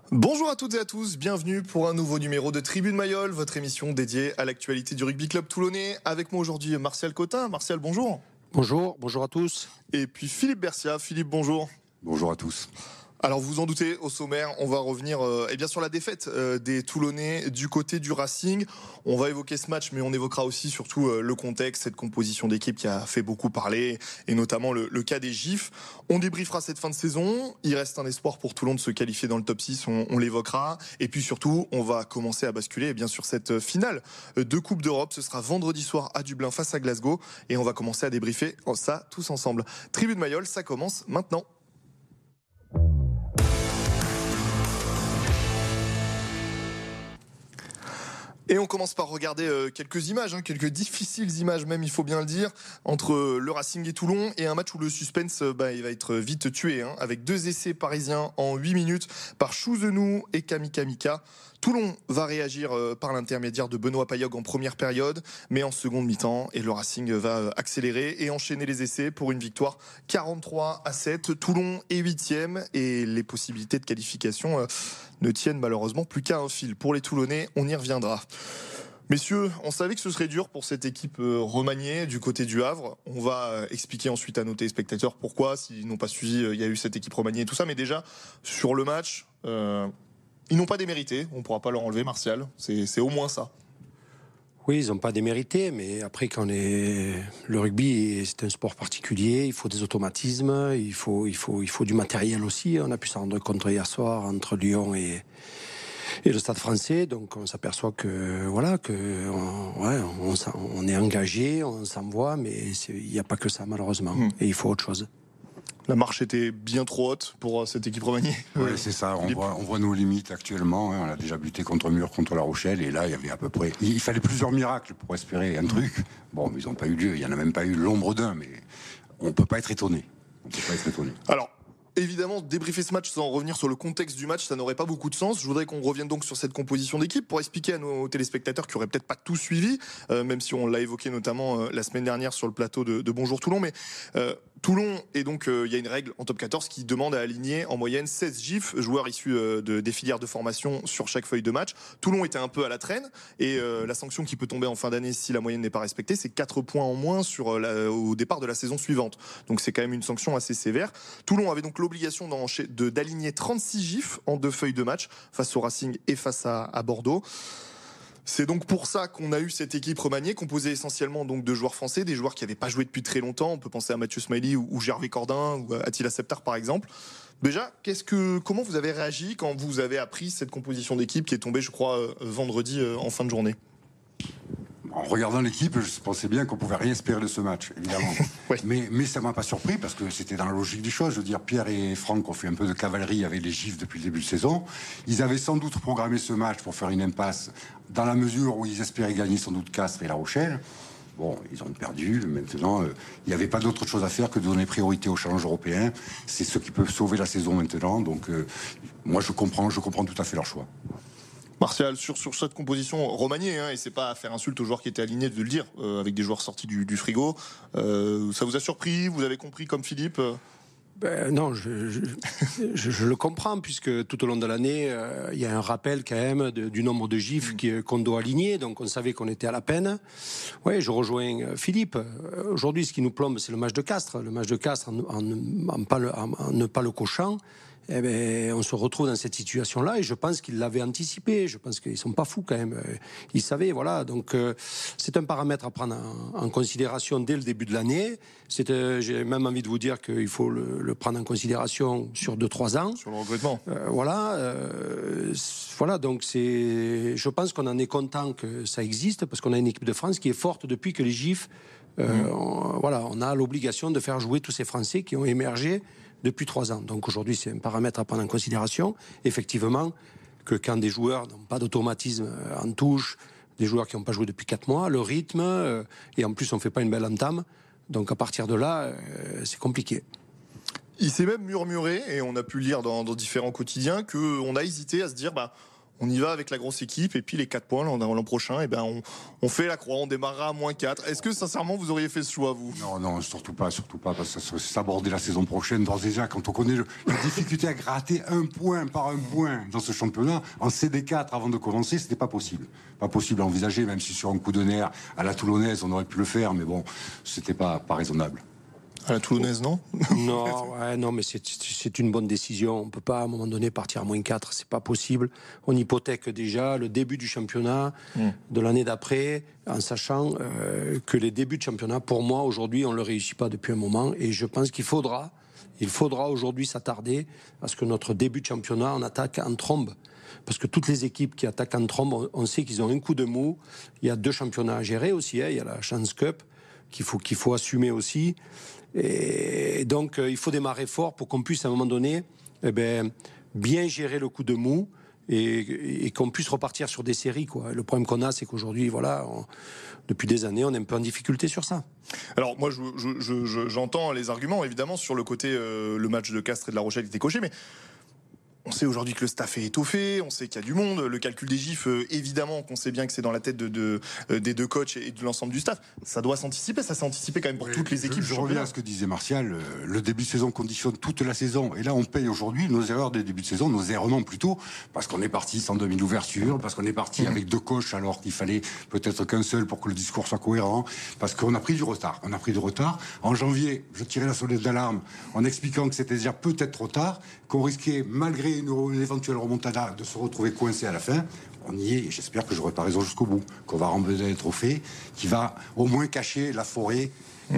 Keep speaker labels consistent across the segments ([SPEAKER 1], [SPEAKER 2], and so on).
[SPEAKER 1] Bonjour à toutes et à tous, bienvenue pour un nouveau numéro de Tribune Mayol, votre émission dédiée à l'actualité du rugby club toulonnais. Avec moi aujourd'hui Martial Cotin. Martial, bonjour.
[SPEAKER 2] Bonjour à tous.
[SPEAKER 1] Et puis Philippe Bercia. Philippe, bonjour.
[SPEAKER 3] Bonjour à tous.
[SPEAKER 1] Alors vous en doutez, au sommaire, on va revenir sur la défaite des Toulonnais du côté du Racing. On va évoquer ce match, mais on évoquera aussi surtout le contexte, cette composition d'équipe qui a fait beaucoup parler, et notamment le cas des Gifs. On débriefera cette fin de saison. Il reste un espoir pour Toulon de se qualifier dans le top 6, on l'évoquera. Et puis surtout, on va commencer à basculer bien sûr cette finale de Coupe d'Europe. Ce sera vendredi soir à Dublin face à Glasgow. Et on va commencer à débriefer ça tous ensemble. Tribune Mayol, ça commence maintenant. Et on commence par regarder quelques images, quelques difficiles images même, il faut bien le dire, entre le Racing et Toulon, et un match où le suspense il va être vite tué, avec 2 essais parisiens en 8 minutes par Chouzenou et Kamika Mika. Toulon va réagir par l'intermédiaire de Benoît Payog en première période, mais en seconde mi-temps, et le Racing va accélérer et enchaîner les essais pour une victoire 43-7. Toulon est 8e et les possibilités de qualification ne tiennent malheureusement plus qu'à un fil. Pour les Toulonnais, on y reviendra. Messieurs, on savait que ce serait dur pour cette équipe remaniée du côté du Havre. On va expliquer ensuite à nos téléspectateurs pourquoi, s'ils n'ont pas suivi, il y a eu cette équipe remaniée et tout ça. Mais déjà, sur le match, ils n'ont pas démérité. On ne pourra pas leur enlever, Martial. C'est au moins ça.
[SPEAKER 2] Oui, ils n'ont pas démérité, mais après, le rugby, c'est un sport particulier. Il faut des automatismes, il faut du matériel aussi. On a pu s'en rendre compte hier soir entre Lyon et le Stade Français. Donc, on s'aperçoit on est engagé, on s'envoie, mais il n'y a pas que ça, malheureusement. Et il faut autre chose.
[SPEAKER 1] La marche était bien trop haute pour cette équipe remaniée.
[SPEAKER 3] Oui, c'est ça. On voit nos limites actuellement. On a déjà buté contre Mur, contre La Rochelle. Et là, il y avait à peu près... Il fallait plusieurs miracles pour espérer un truc. Bon, mais ils n'ont pas eu lieu. Il n'y en a même pas eu l'ombre d'un. Mais on ne peut pas être étonné.
[SPEAKER 1] Alors, évidemment, débriefer ce match sans revenir sur le contexte du match, ça n'aurait pas beaucoup de sens. Je voudrais qu'on revienne donc sur cette composition d'équipe pour expliquer à nos téléspectateurs qui n'auraient peut-être pas tout suivi, même si on l'a évoqué notamment la semaine dernière sur le plateau de Bonjour Toulon. Mais Toulon, et donc il y a une règle en top 14 qui demande à aligner en moyenne 16 gifs, joueurs issus des filières de formation sur chaque feuille de match. Toulon était un peu à la traîne, et la sanction qui peut tomber en fin d'année si la moyenne n'est pas respectée, c'est 4 points en moins au départ de la saison suivante. Donc c'est quand même une sanction assez sévère. Toulon avait donc l'obligation d'aligner 36 gifs en 2 feuilles de match face au Racing et face à Bordeaux. C'est donc pour ça qu'on a eu cette équipe remaniée, composée essentiellement donc de joueurs français, des joueurs qui n'avaient pas joué depuis très longtemps. On peut penser à Mathieu Smiley ou Gervais Cordin ou Attila Septar par exemple. Déjà, comment vous avez réagi quand vous avez appris cette composition d'équipe qui est tombée, je crois, vendredi en fin de journée ?
[SPEAKER 3] En regardant l'équipe, je pensais bien qu'on pouvait rien espérer de ce match, évidemment.
[SPEAKER 1] Ouais.
[SPEAKER 3] Mais ça m'a pas surpris parce que c'était dans la logique des choses. Je veux dire, Pierre et Franck ont fait un peu de cavalerie avec les Gifs depuis le début de saison. Ils avaient sans doute programmé ce match pour faire une impasse dans la mesure où ils espéraient gagner sans doute Castres et La Rochelle. Bon, ils ont perdu. Maintenant, il n'y avait pas d'autre chose à faire que de donner priorité au challenge européen. C'est ce qui peut sauver la saison maintenant. Donc, moi, je comprends tout à fait leur choix.
[SPEAKER 1] Martial, sur cette composition remaniée, et c'est pas à faire insulte aux joueurs qui étaient alignés de le dire, avec des joueurs sortis du frigo, ça vous a surpris ? Vous avez compris comme Philippe ?
[SPEAKER 2] Non, je le comprends, puisque tout au long de l'année, il y a un rappel quand même du nombre de gifs qu'on doit aligner, donc on savait qu'on était à la peine. Oui, je rejoins Philippe. Aujourd'hui, ce qui nous plombe, c'est le match de Castres. Le match de Castres, en ne pas le cochant, on se retrouve dans cette situation-là, et je pense qu'ils l'avaient anticipé. Je pense qu'ils sont pas fous quand même. Ils savaient, voilà. Donc c'est un paramètre à prendre en considération dès le début de l'année. J'ai même envie de vous dire qu'il faut le prendre en considération sur 2-3 ans.
[SPEAKER 1] Sur le recrutement.
[SPEAKER 2] Voilà. Donc je pense qu'on en est content que ça existe, parce qu'on a une équipe de France qui est forte depuis que les Gifs. On a l'obligation de faire jouer tous ces Français qui ont émergé depuis 3 ans. Donc aujourd'hui, c'est un paramètre à prendre en considération. Effectivement, que quand des joueurs n'ont pas d'automatisme en touche, des joueurs qui n'ont pas joué depuis 4 mois, le rythme, et en plus on ne fait pas une belle entame, donc à partir de là, c'est compliqué.
[SPEAKER 1] Il s'est même murmuré, et on a pu lire dans différents quotidiens, qu'on a hésité à se dire, on y va avec la grosse équipe et puis les 4 points l'an prochain, et ben on fait la croix, on démarrera à -4. Est-ce que sincèrement vous auriez fait ce choix, vous?
[SPEAKER 3] Non, surtout pas, parce que ça serait s'aborder la saison prochaine. D'ores et déjà, quand on connaît la difficulté à gratter un point par un point dans ce championnat, en CD4 avant de commencer, c'était pas possible. Pas possible à envisager, même si sur un coup de nerf à la toulonnaise, on aurait pu le faire, mais bon, c'était pas raisonnable.
[SPEAKER 1] À la toulonnaise, non?
[SPEAKER 2] Non, mais c'est une bonne décision. On peut pas, à un moment donné, partir à -4. C'est pas possible. On hypothèque déjà le début du championnat de l'année d'après, en sachant que les débuts de championnat, pour moi, aujourd'hui, on le réussit pas depuis un moment. Et je pense qu'il faudra aujourd'hui s'attarder à ce que notre début de championnat en attaque en trombe. Parce que toutes les équipes qui attaquent en trombe, on sait qu'ils ont un coup de mou. Il y a 2 championnats à gérer aussi. Il y a la Chance Cup qu'il faut assumer aussi. Et donc, il faut démarrer fort pour qu'on puisse, à un moment donné, bien gérer le coup de mou et qu'on puisse repartir sur des séries, quoi. Le problème qu'on a, c'est qu'aujourd'hui, depuis des années, on est un peu en difficulté sur ça.
[SPEAKER 1] Alors, moi, j'entends les arguments, évidemment, sur le côté, le match de Castres et de La Rochelle était coché, mais on sait aujourd'hui que le staff est étoffé, on sait qu'il y a du monde, le calcul des gifs, évidemment qu'on sait bien que c'est dans la tête des 2 coachs et de l'ensemble du staff. Ça doit s'anticiper, ça s'est anticipé quand même pour toutes les équipes.
[SPEAKER 3] Je reviens à ce que disait Martial, le début de saison conditionne toute la saison, et là on paye aujourd'hui nos erreurs des débuts de saison, nos errements plutôt, parce qu'on est parti sans demi-ouverture, parce qu'on est parti avec 2 coachs alors qu'il fallait peut-être qu'un seul pour que le discours soit cohérent, parce qu'on a pris du retard. En janvier, je tirais la sonnette d'alarme en expliquant que c'était déjà peut-être trop tard, qu'on risquait, malgré une éventuelle remontada, de se retrouver coincé à la fin. On y est, et j'espère que j'aurai pas raison jusqu'au bout, qu'on va remballer un trophée qui va au moins cacher la forêt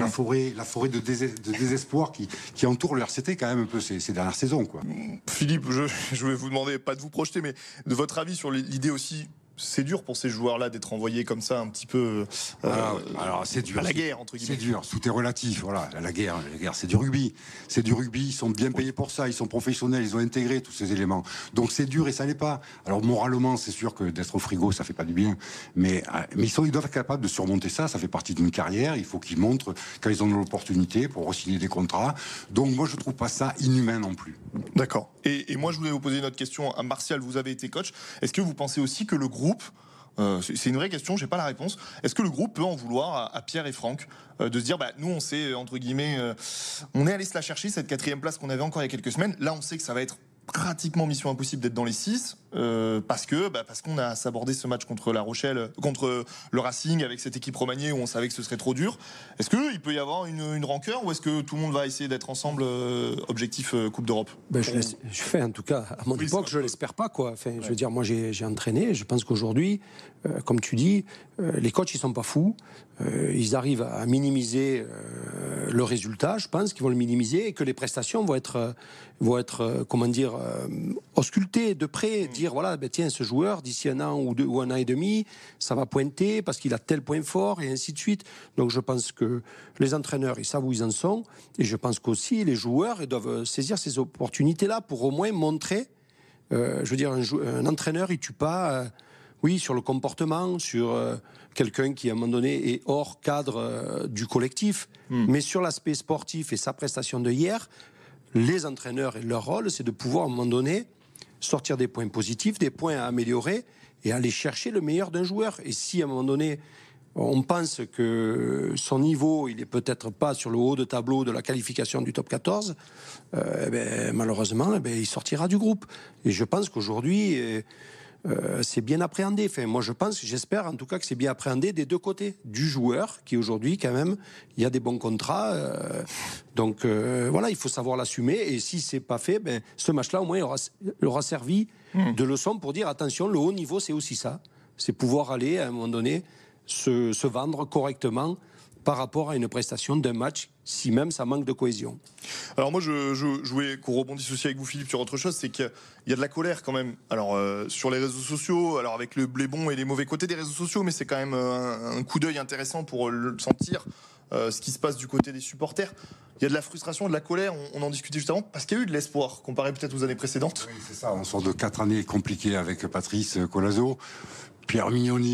[SPEAKER 3] de désespoir qui entoure le RCT quand même un peu ces dernières saisons, quoi.
[SPEAKER 1] Philippe, je vais vous demander, pas de vous projeter, mais de votre avis sur l'idée aussi. C'est dur pour ces joueurs-là d'être envoyés comme ça un petit peu
[SPEAKER 3] alors c'est dur,
[SPEAKER 1] à la guerre, entre guillemets.
[SPEAKER 3] C'est dur, tout est relatif. Voilà, la guerre, c'est du rugby. C'est du rugby, ils sont bien payés pour ça, ils sont professionnels, ils ont intégré tous ces éléments. Donc c'est dur et ça l'est pas. Alors moralement, c'est sûr que d'être au frigo, ça fait pas du bien. Mais ils doivent être capables de surmonter ça, ça fait partie d'une carrière. Il faut qu'ils montrent quand ils ont l'opportunité pour re-signer des contrats. Donc moi, je trouve pas ça inhumain non plus.
[SPEAKER 1] D'accord. Et moi, je voulais vous poser une autre question. À Martial, vous avez été coach. Est-ce que vous pensez aussi que le groupe, c'est une vraie question, j'ai pas la réponse, est-ce que le groupe peut en vouloir à Pierre et Franck de se dire, nous on sait, entre guillemets, on est allé se la chercher, cette 4e place qu'on avait encore il y a quelques semaines. Là, on sait que ça va être pratiquement mission impossible d'être dans les 6 parce qu'on a sabordé ce match contre La Rochelle, contre le Racing avec cette équipe remaniée où on savait que ce serait trop dur. Est-ce qu'il peut y avoir une rancœur ou est-ce que tout le monde va essayer d'être ensemble objectif Coupe d'Europe?
[SPEAKER 2] Je fais en tout cas à mon époque, je l'espère pas, quoi. Enfin, je veux dire, moi j'ai entraîné, je pense qu'aujourd'hui, comme tu dis, les coachs ils sont pas fous, ils arrivent à minimiser le résultat, je pense qu'ils vont le minimiser et que les prestations vont être auscultées de près, dire voilà, tiens, ce joueur d'ici un an ou 2 ou un an et demi, ça va pointer parce qu'il a tel point fort et ainsi de suite. Donc je pense que les entraîneurs ils savent où ils en sont et je pense qu'aussi les joueurs ils doivent saisir ces opportunités-là pour au moins montrer. Je veux dire, un entraîneur il tue pas. Oui, sur le comportement, sur quelqu'un qui, à un moment donné, est hors cadre du collectif. Mais sur l'aspect sportif et sa prestation de hier, les entraîneurs et leur rôle, c'est de pouvoir, à un moment donné, sortir des points positifs, des points à améliorer et aller chercher le meilleur d'un joueur. Et si, à un moment donné, on pense que son niveau, il est peut-être pas sur le haut de tableau de la qualification du top 14, malheureusement, il sortira du groupe. Et je pense qu'aujourd'hui... c'est bien appréhendé. Enfin, moi, j'espère en tout cas que c'est bien appréhendé des 2 côtés. Du joueur, qui aujourd'hui, quand même, il y a des bons contrats. Donc, voilà, il faut savoir l'assumer. Et si c'est pas fait, ce match-là, au moins, il aura servi de leçon pour dire, attention, le haut niveau, c'est aussi ça. C'est pouvoir aller, à un moment donné, se vendre correctement par rapport à une prestation d'un match, si même ça manque de cohésion.
[SPEAKER 1] Alors moi, je voulais qu'on rebondisse aussi avec vous, Philippe, sur autre chose, c'est qu'il y a de la colère quand même. Alors sur les réseaux sociaux, alors avec les bons et les mauvais côtés des réseaux sociaux, mais c'est quand même un coup d'œil intéressant pour sentir ce qui se passe du côté des supporters. Il y a de la frustration, de la colère, on en discutait juste avant, parce qu'il y a eu de l'espoir, comparé peut-être aux années précédentes.
[SPEAKER 3] Oui, c'est ça, on sort de 4 années compliquées avec Patrice Colazo, Pierre Mignoni,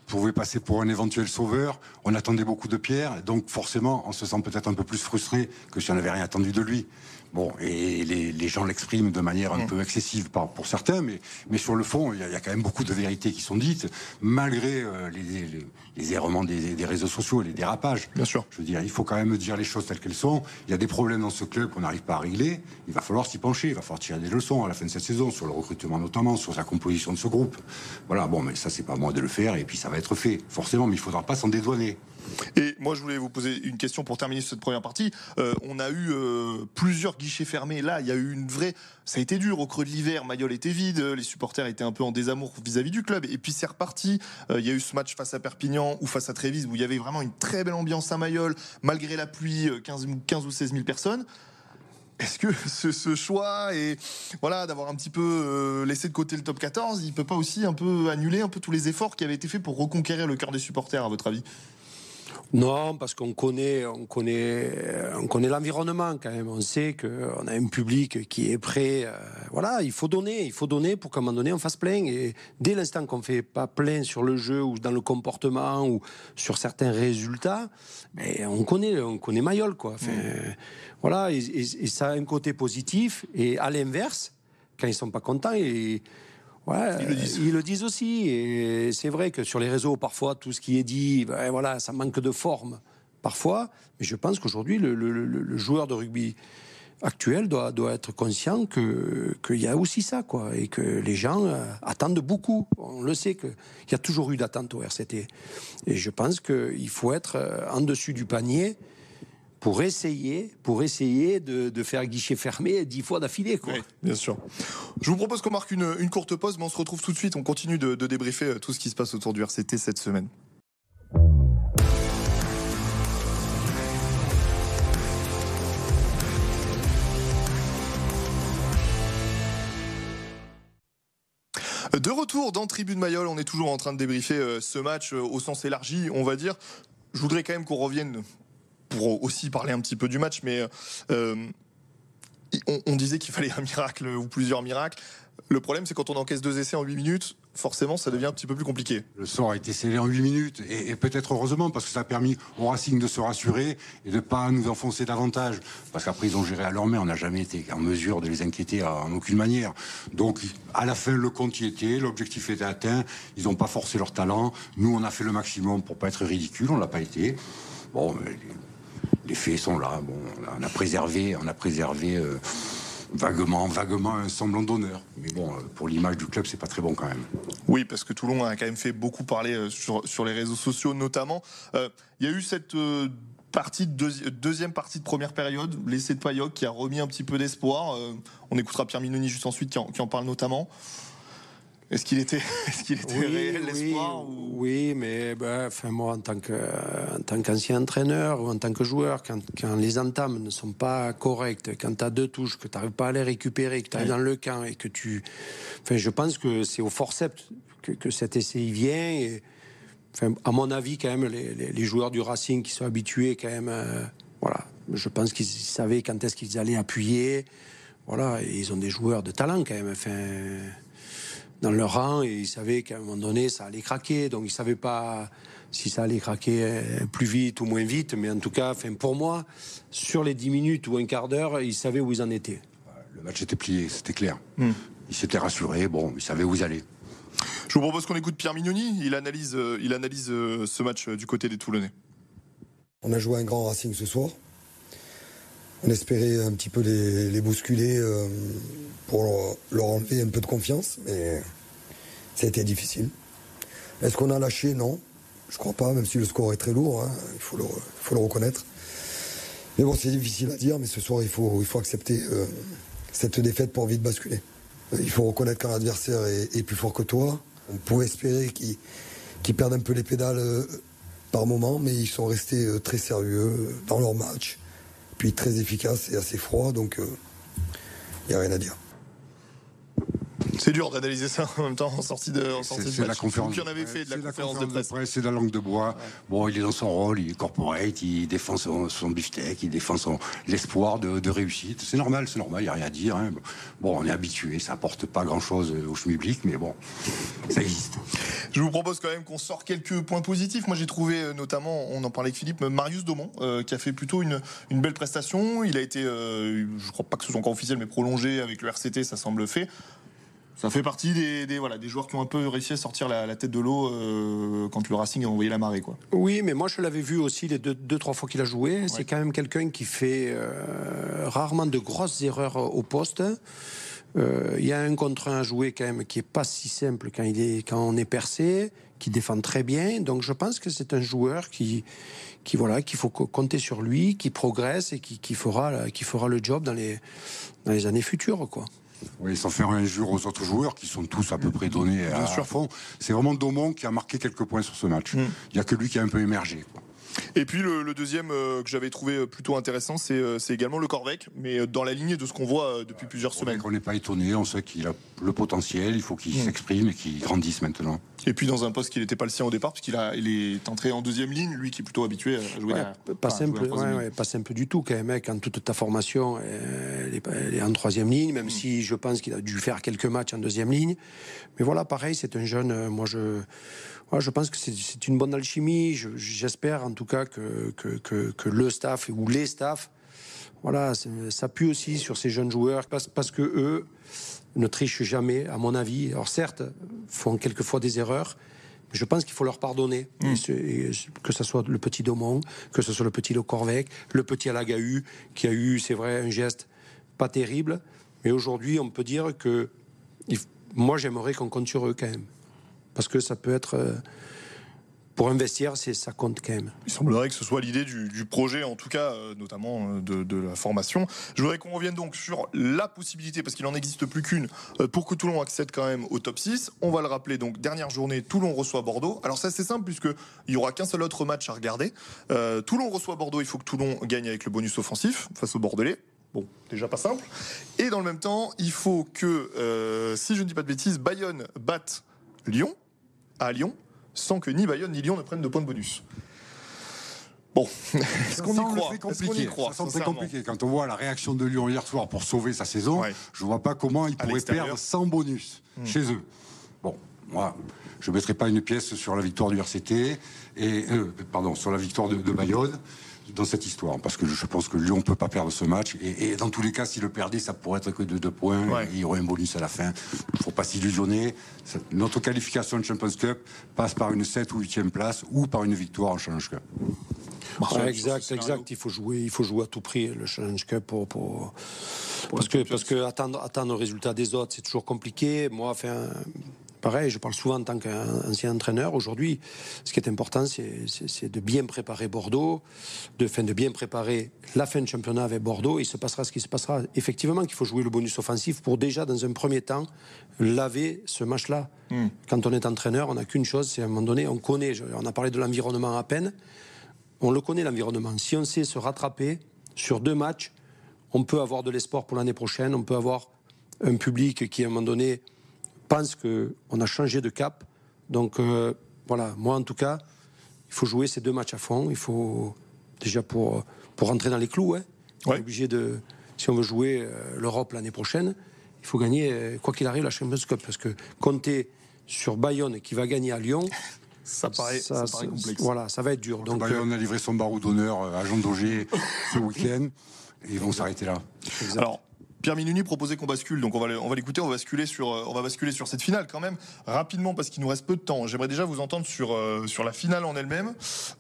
[SPEAKER 3] pouvait passer pour un éventuel sauveur. On attendait beaucoup de Pierre, donc forcément, on se sent peut-être un peu plus frustré que si on n'avait rien attendu de lui. Bon, et les gens l'expriment de manière un peu excessive pour certains, mais sur le fond, il y a quand même beaucoup de vérités qui sont dites, malgré les errements des réseaux sociaux, les dérapages.
[SPEAKER 1] Bien sûr.
[SPEAKER 3] Je veux dire, il faut quand même dire les choses telles qu'elles sont. Il y a des problèmes dans ce club qu'on n'arrive pas à régler. Il va falloir s'y pencher, il va falloir tirer des leçons à la fin de cette saison, sur le recrutement notamment, sur la composition de ce groupe. Voilà, bon, mais ça, c'est pas à moi de le faire, et puis ça va être fait, forcément, mais il faudra pas s'en dédouaner.
[SPEAKER 1] Et moi, je voulais vous poser une question pour terminer cette première partie. On a eu plusieurs guichets fermés. Là, il y a eu une vraie... Ça a été dur au creux de l'hiver. Mayol était vide. Les supporters étaient un peu en désamour vis-à-vis du club. Et puis, c'est reparti. Il y a eu ce match face à Perpignan ou face à Trévise où il y avait vraiment une très belle ambiance à Mayol, malgré la pluie, 15 ou 16 000 personnes. Est-ce que ce choix et voilà d'avoir un petit peu laissé de côté le top 14, il peut pas aussi un peu annuler un peu tous les efforts qui avaient été faits pour reconquérir le cœur des supporters, à votre avis ?
[SPEAKER 2] Non, parce qu'on connaît l'environnement quand même. On sait qu'on a un public qui est prêt. Voilà, il faut donner pour qu'à un moment donné on fasse plein. Et dès l'instant qu'on fait pas plein sur le jeu ou dans le comportement ou sur certains résultats, mais on connaît Mayol, quoi. Enfin, voilà, et ça a un côté positif. Et à l'inverse, quand ils sont pas contents, ouais, ils le disent aussi, et c'est vrai que sur les réseaux, parfois, tout ce qui est dit, ben voilà, ça manque de forme, parfois, mais je pense qu'aujourd'hui, le joueur de rugby actuel doit être conscient qu'il y a aussi ça, quoi, et que les gens attendent beaucoup. On le sait qu'il y a toujours eu d'attente au RCT, et je pense qu'il faut être en dessus du panier pour essayer de faire guichet fermé 10 fois d'affilée, quoi.
[SPEAKER 1] Oui, bien sûr. Je vous propose qu'on marque une courte pause, mais on se retrouve tout de suite. On continue de débriefer tout ce qui se passe autour du RCT cette semaine. De retour dans Tribune Mayol, on est toujours en train de débriefer ce match au sens élargi, on va dire. Je voudrais quand même qu'on revienne pour aussi parler un petit peu du match, mais on disait qu'il fallait un miracle ou plusieurs miracles. Le problème, c'est quand on encaisse 2 essais en 8 minutes, forcément, ça devient un petit peu plus compliqué.
[SPEAKER 3] Le sort a été scellé en 8 minutes, et peut-être heureusement, parce que ça a permis au Racing de se rassurer et de ne pas nous enfoncer davantage. Parce qu'après, ils ont géré à leur main, on n'a jamais été en mesure de les inquiéter en aucune manière. Donc, à la fin, le compte y était, l'objectif était atteint, ils n'ont pas forcé leur talent. Nous, on a fait le maximum pour ne pas être ridicule, on ne l'a pas été. Bon, les faits sont là. Bon, on a préservé vaguement un semblant d'honneur. Mais bon, pour l'image du club, c'est pas très bon quand même.
[SPEAKER 1] Oui, parce que Toulon a quand même fait beaucoup parler sur les réseaux sociaux notamment. Il y a eu cette deuxième partie de première période, l'essai de Payoc qui a remis un petit peu d'espoir. On écoutera Pierre Mignoni juste ensuite qui en parle notamment. Est-ce qu'il était réel l'espoir
[SPEAKER 2] Oui, mais moi, en tant qu'ancien entraîneur ou en tant que joueur, quand les entames ne sont pas correctes, quand tu as 2 touches, que tu n'arrives pas à les récupérer, que tu arrives dans le camp et que je pense que c'est au forceps que cet essai il vient. Et, à mon avis, quand même, les joueurs du Racing qui sont habitués, quand même, voilà, je pense qu'ils savaient quand est-ce qu'ils allaient appuyer. Voilà, et ils ont des joueurs de talent, quand même. Dans leur rang, et ils savaient qu'à un moment donné ça allait craquer, donc ils ne savaient pas si ça allait craquer plus vite ou moins vite, mais en tout cas, pour moi, sur les 10 minutes ou un quart d'heure, ils savaient où ils en étaient.
[SPEAKER 3] Le match était plié, c'était clair. Ils s'étaient rassurés, bon, ils savaient où ils allaient.
[SPEAKER 1] Je vous propose qu'on écoute Pierre Mignoni, il analyse ce match du côté des Toulonnais.
[SPEAKER 4] On a joué un grand Racing ce soir. On espérait un petit peu les bousculer pour leur enlever un peu de confiance, mais ça a été difficile. Est-ce qu'on a lâché ? Non, je crois pas, même si le score est très lourd, hein, il faut le reconnaître. Mais bon, c'est difficile à dire, mais ce soir, il faut accepter cette défaite pour vite basculer. Il faut reconnaître qu'un adversaire est plus fort que toi. On pouvait espérer qu'ils perdent un peu les pédales par moment, mais ils sont restés très sérieux dans leur match. Puis très efficace et assez froid, donc il n'y a rien à dire.
[SPEAKER 1] C'est dur d'analyser ça en même temps en sortie de
[SPEAKER 3] C'est la conférence.
[SPEAKER 1] Qui en avait fait de la conférence de presse.
[SPEAKER 3] C'est de la langue de bois. Ouais. Bon, il est dans son rôle, il est corporate, il défend son beefsteak, il défend l'espoir de réussite. C'est normal, il n'y a rien à dire. Hein. Bon, on est habitué, ça apporte pas grand-chose au schmilblick, mais bon, ça existe.
[SPEAKER 1] Je vous propose quand même qu'on sort quelques points positifs. Moi, j'ai trouvé notamment, on en parlait avec Philippe, Marius Daumont, qui a fait plutôt une belle prestation. Il a été, je crois pas que ce soit encore officiel, mais prolongé avec le RCT, ça semble fait. Ça fait partie des joueurs qui ont un peu réussi à sortir la tête de l'eau quand le Racing a envoyé la marée, quoi.
[SPEAKER 2] Oui, mais moi je l'avais vu aussi les deux, trois fois qu'il a joué. Ouais. C'est quand même quelqu'un qui fait rarement de grosses erreurs au poste. Il y a un contre un à jouer quand même qui est pas si simple quand on est percé, qui défend très bien. Donc je pense que c'est un joueur qu'il faut compter sur lui, qui progresse et qui fera le job dans les années futures, quoi.
[SPEAKER 3] Oui, sans faire injure aux autres joueurs qui sont tous à peu près donnés à fond. C'est vraiment Daumont qui a marqué quelques points sur ce match. Il n'y a que lui qui a un peu émergé, quoi.
[SPEAKER 1] Et puis le deuxième que j'avais trouvé plutôt intéressant, c'est également le Corvec, mais dans la lignée de ce qu'on voit depuis plusieurs semaines.
[SPEAKER 3] On n'est pas étonné, on sait qu'il a le potentiel, il faut qu'il s'exprime et qu'il grandisse maintenant.
[SPEAKER 1] Et puis dans un poste qui n'était pas le sien au départ, puisqu'il est entré en deuxième ligne, lui qui est plutôt habitué à jouer derrière.
[SPEAKER 2] Pas simple du tout quand même, hein, quand toute ta formation elle est en troisième ligne, même si je pense qu'il a dû faire quelques matchs en deuxième ligne. Mais voilà, pareil, c'est un jeune, je pense que c'est une bonne alchimie. J'espère en tout cas que le staff ou les staffs, s'appuient aussi sur ces jeunes joueurs parce que eux ne trichent jamais, à mon avis. Alors certes, font quelquefois des erreurs, mais je pense qu'il faut leur pardonner. Que ce soit le petit Daumont, que ce soit le petit Le Corvec, le petit Alagahu, qui a eu, c'est vrai, un geste pas terrible. Mais aujourd'hui, on peut dire que moi, j'aimerais qu'on compte sur eux quand même. Parce que ça peut être... pour un vestiaire, ça compte quand même.
[SPEAKER 1] Il semblerait que ce soit l'idée du projet, en tout cas, notamment de la formation. Je voudrais qu'on revienne donc sur la possibilité, parce qu'il n'en existe plus qu'une, pour que Toulon accède quand même au top 6. On va le rappeler, donc, dernière journée, Toulon reçoit Bordeaux. Alors ça, c'est simple, puisqu'il n'y aura qu'un seul autre match à regarder. Toulon reçoit Bordeaux, il faut que Toulon gagne avec le bonus offensif face aux Bordelais. Bon, déjà pas simple. Et dans le même temps, il faut que, si je ne dis pas de bêtises, Bayonne batte Lyon, à Lyon, sans que ni Bayonne ni Lyon ne prennent de points de bonus. Bon, est-ce qu'on y croit?
[SPEAKER 3] Ça semble très compliqué. Quand on voit la réaction de Lyon hier soir pour sauver sa saison, je ne vois pas comment ils pourraient perdre sans bonus chez eux. Bon, moi, je ne mettrai pas une pièce sur la victoire du RCT, sur la victoire de Bayonne dans cette histoire, parce que je pense que Lyon ne peut pas perdre ce match, et dans tous les cas, s'il le perdait, ça pourrait être que de 2 points, et il y aurait un bonus à la fin. Il ne faut pas s'illusionner. Notre qualification de Champions Cup passe par une 7 ou 8e place, ou par une victoire en Challenge Cup.
[SPEAKER 2] Exact. Il faut jouer à tout prix le Challenge Cup parce que attendre le résultat des autres, c'est toujours compliqué. Moi, pareil, je parle souvent en tant qu'ancien entraîneur. Aujourd'hui, ce qui est important, c'est de bien préparer Bordeaux, de bien préparer la fin de championnat avec Bordeaux. Il se passera ce qui se passera. Effectivement, qu'il faut jouer le bonus offensif pour déjà, dans un premier temps, laver ce match-là. Quand on est entraîneur, on n'a qu'une chose, c'est à un moment donné, on a parlé de l'environnement à peine. On le connaît, l'environnement. Si on sait se rattraper sur 2 matchs, on peut avoir de l'espoir pour l'année prochaine. On peut avoir un public qui, à un moment donné, pense qu'on a changé de cap. Donc, moi, en tout cas, il faut jouer ces 2 matchs à fond. Il faut, déjà, pour rentrer dans les clous, on est obligé si on veut jouer l'Europe l'année prochaine, il faut gagner, quoi qu'il arrive, la Champions Cup. Parce que compter sur Bayonne qui va gagner à Lyon...
[SPEAKER 1] Ça paraît complexe.
[SPEAKER 2] Voilà, ça va être dur. Donc,
[SPEAKER 3] Bayonne a livré son barreau d'honneur à Jean Daugé ce week-end, et ils vont s'arrêter là.
[SPEAKER 1] Exact. Alors, Pierre Mignoni proposait qu'on bascule, donc on va l'écouter, on va basculer sur cette finale quand même, rapidement parce qu'il nous reste peu de temps. J'aimerais déjà vous entendre sur la finale en elle-même.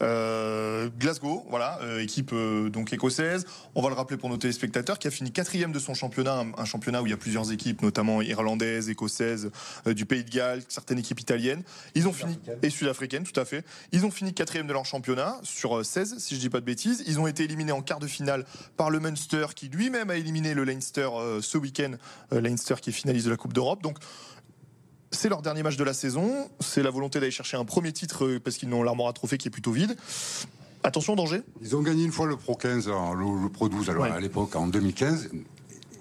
[SPEAKER 1] Glasgow, équipe donc écossaise, on va le rappeler pour nos téléspectateurs, qui a fini 4e de son championnat, un championnat où il y a plusieurs équipes, notamment irlandaises, écossaises, du Pays de Galles, certaines équipes italiennes. Ils ont fini, et sud-africaines, tout à fait. Ils ont fini 4e de leur championnat, sur 16, si je dis pas de bêtises. Ils ont été éliminés en quart de finale par le Munster, qui lui-même a éliminé le Leinster ce week-end, Leinster qui est finaliste de la Coupe d'Europe. Donc c'est leur dernier match de la saison, c'est la volonté d'aller chercher un premier titre parce qu'ils n'ont l'armoire à trophées qui est plutôt vide. Attention, danger.
[SPEAKER 3] Ils ont gagné une fois le Pro 15, le Pro 12 à l'époque, en 2015.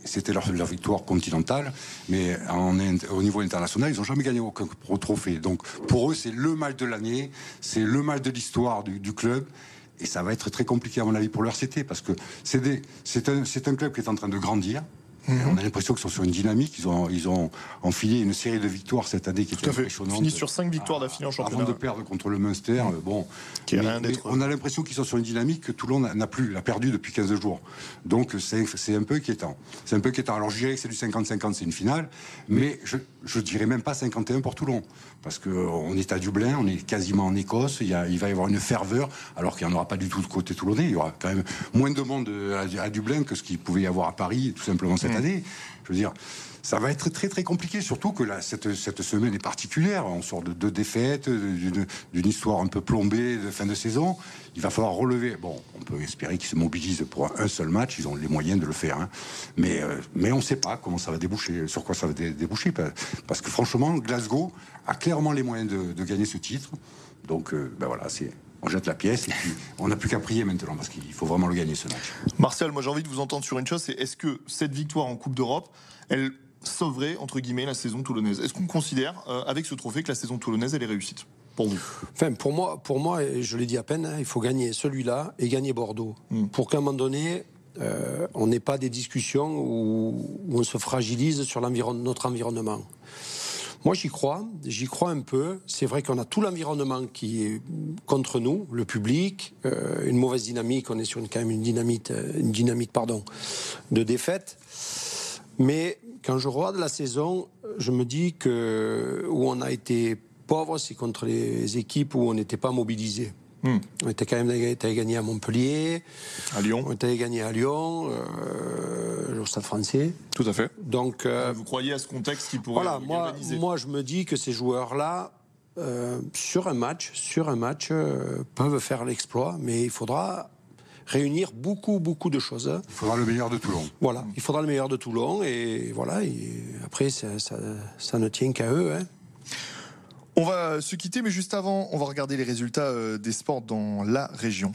[SPEAKER 3] c'était leur victoire continentale, mais au niveau international, ils n'ont jamais gagné aucun trophée. Donc pour eux, c'est le match de l'année, c'est le match de l'histoire du club. Et ça va être très compliqué, à mon avis, pour le RCT, parce que c'est un club qui est en train de grandir. On a l'impression qu'ils sont sur une dynamique. Ils ont enfilé une série de victoires cette année qui est impressionnante.
[SPEAKER 1] Ils finissent sur 5 victoires d'affilée en championnat.
[SPEAKER 3] Avant de perdre contre le Munster, mais on a l'impression qu'ils sont sur une dynamique que Toulon l'a perdu depuis 15 jours. Donc c'est un peu inquiétant. C'est un peu inquiétant. Alors je dirais que c'est du 50-50, c'est une finale, mais je dirais même pas 51 pour Toulon. Parce qu'on est à Dublin, on est quasiment en Écosse, il va y avoir une ferveur, alors qu'il n'y en aura pas du tout de côté toulonnais. Il y aura quand même moins de monde à Dublin que ce qu'il pouvait y avoir à Paris, tout simplement cette année. Je veux dire, ça va être très très compliqué, surtout que cette semaine est particulière. On sort de 2 défaites, d'une histoire un peu plombée de fin de saison. Il va falloir relever. Bon, on peut espérer qu'ils se mobilisent pour un seul match. Ils ont les moyens de le faire. Hein. Mais on ne sait pas comment ça va déboucher, sur quoi ça va déboucher. Parce que franchement, Glasgow a clairement les moyens de gagner ce titre. Donc, voilà, on jette la pièce et puis on n'a plus qu'à prier maintenant parce qu'il faut vraiment le gagner ce match.
[SPEAKER 1] Martial, moi j'ai envie de vous entendre sur une chose, c'est est-ce que cette victoire en Coupe d'Europe, elle sauverait entre guillemets la saison toulonnaise? Est-ce qu'on considère avec ce trophée que la saison toulonnaise elle est réussite pour vous?
[SPEAKER 2] Enfin, pour moi, et je l'ai dit à peine, il faut gagner celui-là et gagner Bordeaux. Pour qu'à un moment donné, on n'ait pas des discussions où on se fragilise sur notre environnement. Moi, j'y crois un peu. C'est vrai qu'on a tout l'environnement qui est contre nous, le public, une mauvaise dynamique. On est sur quand même une dynamique de défaite. Mais quand je regarde la saison, je me dis que où on a été pauvre, c'est contre les équipes où on n'était pas mobilisé. On était quand même gagné à Montpellier,
[SPEAKER 1] à Lyon.
[SPEAKER 2] On était gagné à Lyon, au Stade Français.
[SPEAKER 1] Tout à fait.
[SPEAKER 2] Donc,
[SPEAKER 1] vous croyez à ce contexte qui pourrait galvaniser?
[SPEAKER 2] Moi, je me dis que ces joueurs-là, sur un match, peuvent faire l'exploit, mais il faudra réunir beaucoup de choses.
[SPEAKER 3] Il faudra le meilleur de Toulon.
[SPEAKER 2] Voilà, il faudra le meilleur de Toulon, et voilà. Et après, ça ne tient qu'à eux. Hein.
[SPEAKER 1] On va se quitter, mais juste avant, on va regarder les résultats des sports dans la région.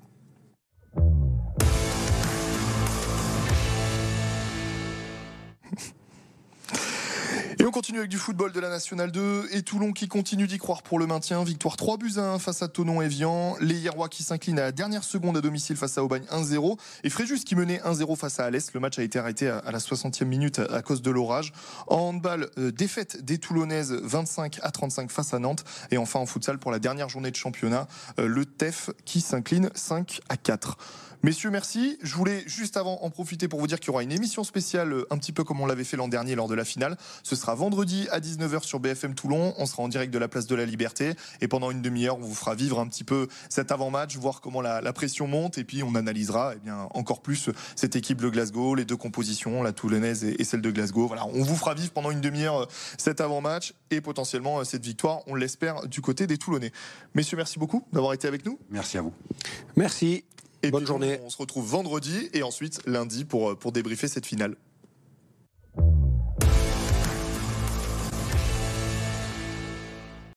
[SPEAKER 1] Et on continue avec du football de la Nationale 2 et Toulon qui continue d'y croire pour le maintien. Victoire 3-1 face à Thonon-Évian. Les Hierrois qui s'inclinent à la dernière seconde à domicile face à Aubagne 1-0. Et Fréjus qui menait 1-0 face à Alès. Le match a été arrêté à la 60e minute à cause de l'orage. En handball, défaite des Toulonnaises 25-35 face à Nantes. Et enfin en futsal pour la dernière journée de championnat, le TEF qui s'incline 5-4. Messieurs, merci. Je voulais juste avant en profiter pour vous dire qu'il y aura une émission spéciale un petit peu comme on l'avait fait l'an dernier lors de la finale. Ce sera vendredi à 19h sur BFM Toulon. On sera en direct de la place de la Liberté et pendant une demi-heure, on vous fera vivre un petit peu cet avant-match, voir comment la pression monte et puis on analysera encore plus cette équipe de Glasgow, les deux compositions, la toulonnaise et celle de Glasgow. Voilà, on vous fera vivre pendant une demi-heure cet avant-match et potentiellement cette victoire, on l'espère, du côté des Toulonnais. Messieurs, merci beaucoup d'avoir été avec nous.
[SPEAKER 3] Merci à vous.
[SPEAKER 2] Merci.
[SPEAKER 1] Et
[SPEAKER 2] bonne journée.
[SPEAKER 1] On se retrouve vendredi et ensuite lundi pour débriefer cette finale.